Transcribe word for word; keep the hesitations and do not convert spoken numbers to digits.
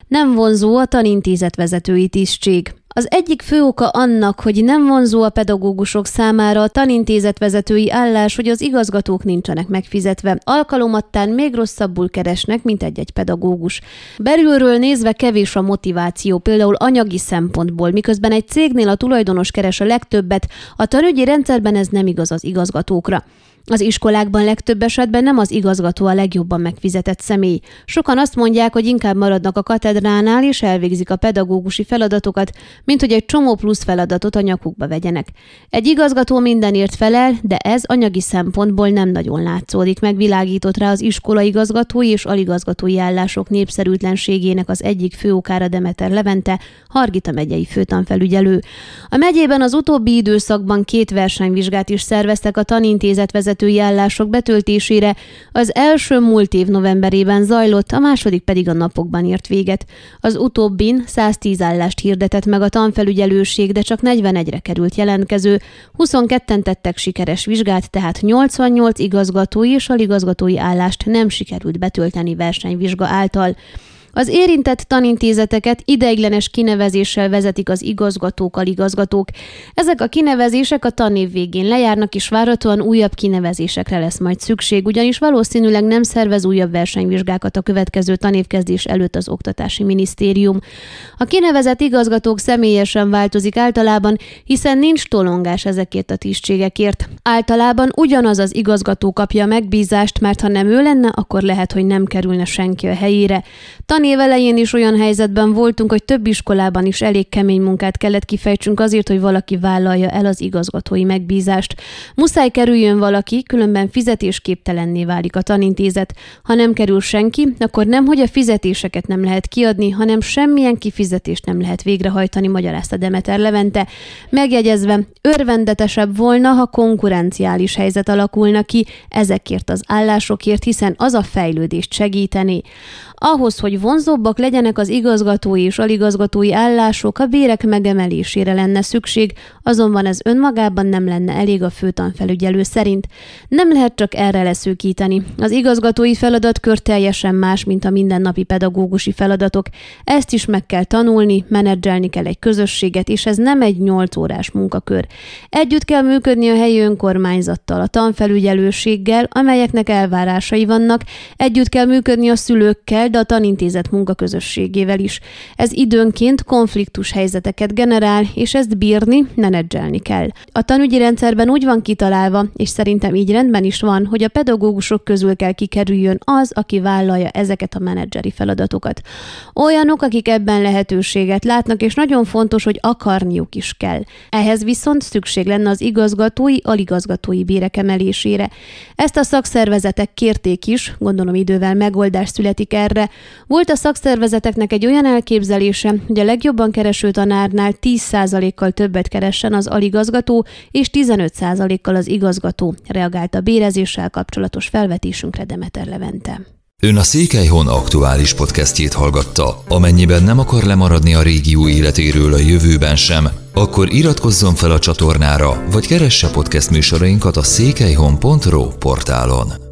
Nem vonzó a tanintézet vezetői tisztség. Az egyik fő oka annak, hogy nem vonzó a pedagógusok számára a tanintézet vezetői állás, hogy az igazgatók nincsenek megfizetve, alkalomattán még rosszabbul keresnek, mint egy-egy pedagógus. Belülről nézve kevés a motiváció, például anyagi szempontból, miközben egy cégnél a tulajdonos keres a legtöbbet, a tanügyi rendszerben ez nem igaz az igazgatókra. Az iskolákban legtöbb esetben nem az igazgató a legjobban megfizetett személy. Sokan azt mondják, hogy inkább maradnak a katedránál és elvégzik a pedagógusi feladatokat, mint hogy egy csomó plusz feladatot a nyakukba vegyenek. Egy igazgató mindenért felel, de ez anyagi szempontból nem nagyon látszódik, megvilágított rá az iskolaigazgatói és aligazgatói állások népszerűtlenségének az egyik fő okára Demeter Levente, Hargita megyei főtanfelügyelő. A megyében az utóbbi időszakban két versenyvizsgát is szerveztek a tanintézet vezetői állások betöltésére, az első múlt év novemberében zajlott, a második pedig a napokban ért véget. Az utóbbin száztíz állást hirdetett meg a tanfelügyelőség, de csak negyvenegyre került jelentkező, huszonketten tettek sikeres vizsgát, tehát nyolcvannyolc igazgatói és aligazgatói állást nem sikerült betölteni versenyvizsga által. Az érintett tanintézeteket ideiglenes kinevezéssel vezetik az igazgatók, aligazgatók. Ezek a kinevezések a tanév végén lejárnak, és várhatóan újabb kinevezésekre lesz majd szükség, ugyanis valószínűleg nem szervez újabb versenyvizsgákat a következő tanévkezdés előtt az Oktatási Minisztérium. A kinevezett igazgatók személyesen változik általában, hiszen nincs tolongás ezekért a tisztségekért. Általában ugyanaz az igazgató kapja a megbízást, mert ha nem ő lenne, akkor lehet, hogy nem kerülne senki a helyére. Tanév elején is olyan helyzetben voltunk, hogy több iskolában is elég kemény munkát kellett kifejtsünk azért, hogy valaki vállalja el az igazgatói megbízást. Muszáj kerüljön valaki, különben fizetésképtelenné válik a tanintézet. Ha nem kerül senki, akkor nem, hogy a fizetéseket nem lehet kiadni, hanem semmilyen kifizetést nem lehet végrehajtani, magyarázta Demeter Levente, megjegyezve, örvendetesebb volna, ha konkurenciális helyzet alakulna ki ezekért az állásokért, hiszen az a fejlődést segítené. Ahhoz, hogy vonzóbbak legyenek az igazgatói és aligazgatói állások, a bérek megemelésére lenne szükség, azonban ez önmagában nem lenne elég a főtanfelügyelő szerint. Nem lehet csak erre leszűkíteni. Az igazgatói feladatkör teljesen más, mint a mindennapi pedagógusi feladatok. Ezt is meg kell tanulni, menedzselni kell egy közösséget, és ez nem egy nyolc órás munkakör. Együtt kell működni a helyi önkormányzattal, a tanfelügyelőséggel, amelyeknek elvárásai vannak, együtt kell működni a szülőkkel, de a tanintézet munkaközösségével is. Ez időnként konfliktus helyzeteket generál, és ezt bírni, menedzselni kell. A tanügyi rendszerben úgy van kitalálva, és szerintem így rendben is van, hogy a pedagógusok közül kell kikerüljön az, aki vállalja ezeket a menedzseri feladatokat. Olyanok, akik ebben lehetőséget látnak, és nagyon fontos, hogy akarniuk is kell. Ehhez viszont szükség lenne az igazgatói, aligazgatói bérek emelésére. Ezt a szakszervezetek kérték is, gondolom idővel megoldás születik erre. Volt a szakszervezeteknek egy olyan elképzelése, hogy a legjobban kereső tanárnál tíz százalékkal többet keressen az aligazgató, és tizenöt százalékkal az igazgató, reagált a bérezéssel kapcsolatos felvetésünkre Demeter Levente. Ön a Székelyhon aktuális podcastjét hallgatta. Amennyiben nem akar lemaradni a régió életéről a jövőben sem, akkor iratkozzon fel a csatornára, vagy keresse podcast műsorainkat a székelyhon pont ro portálon.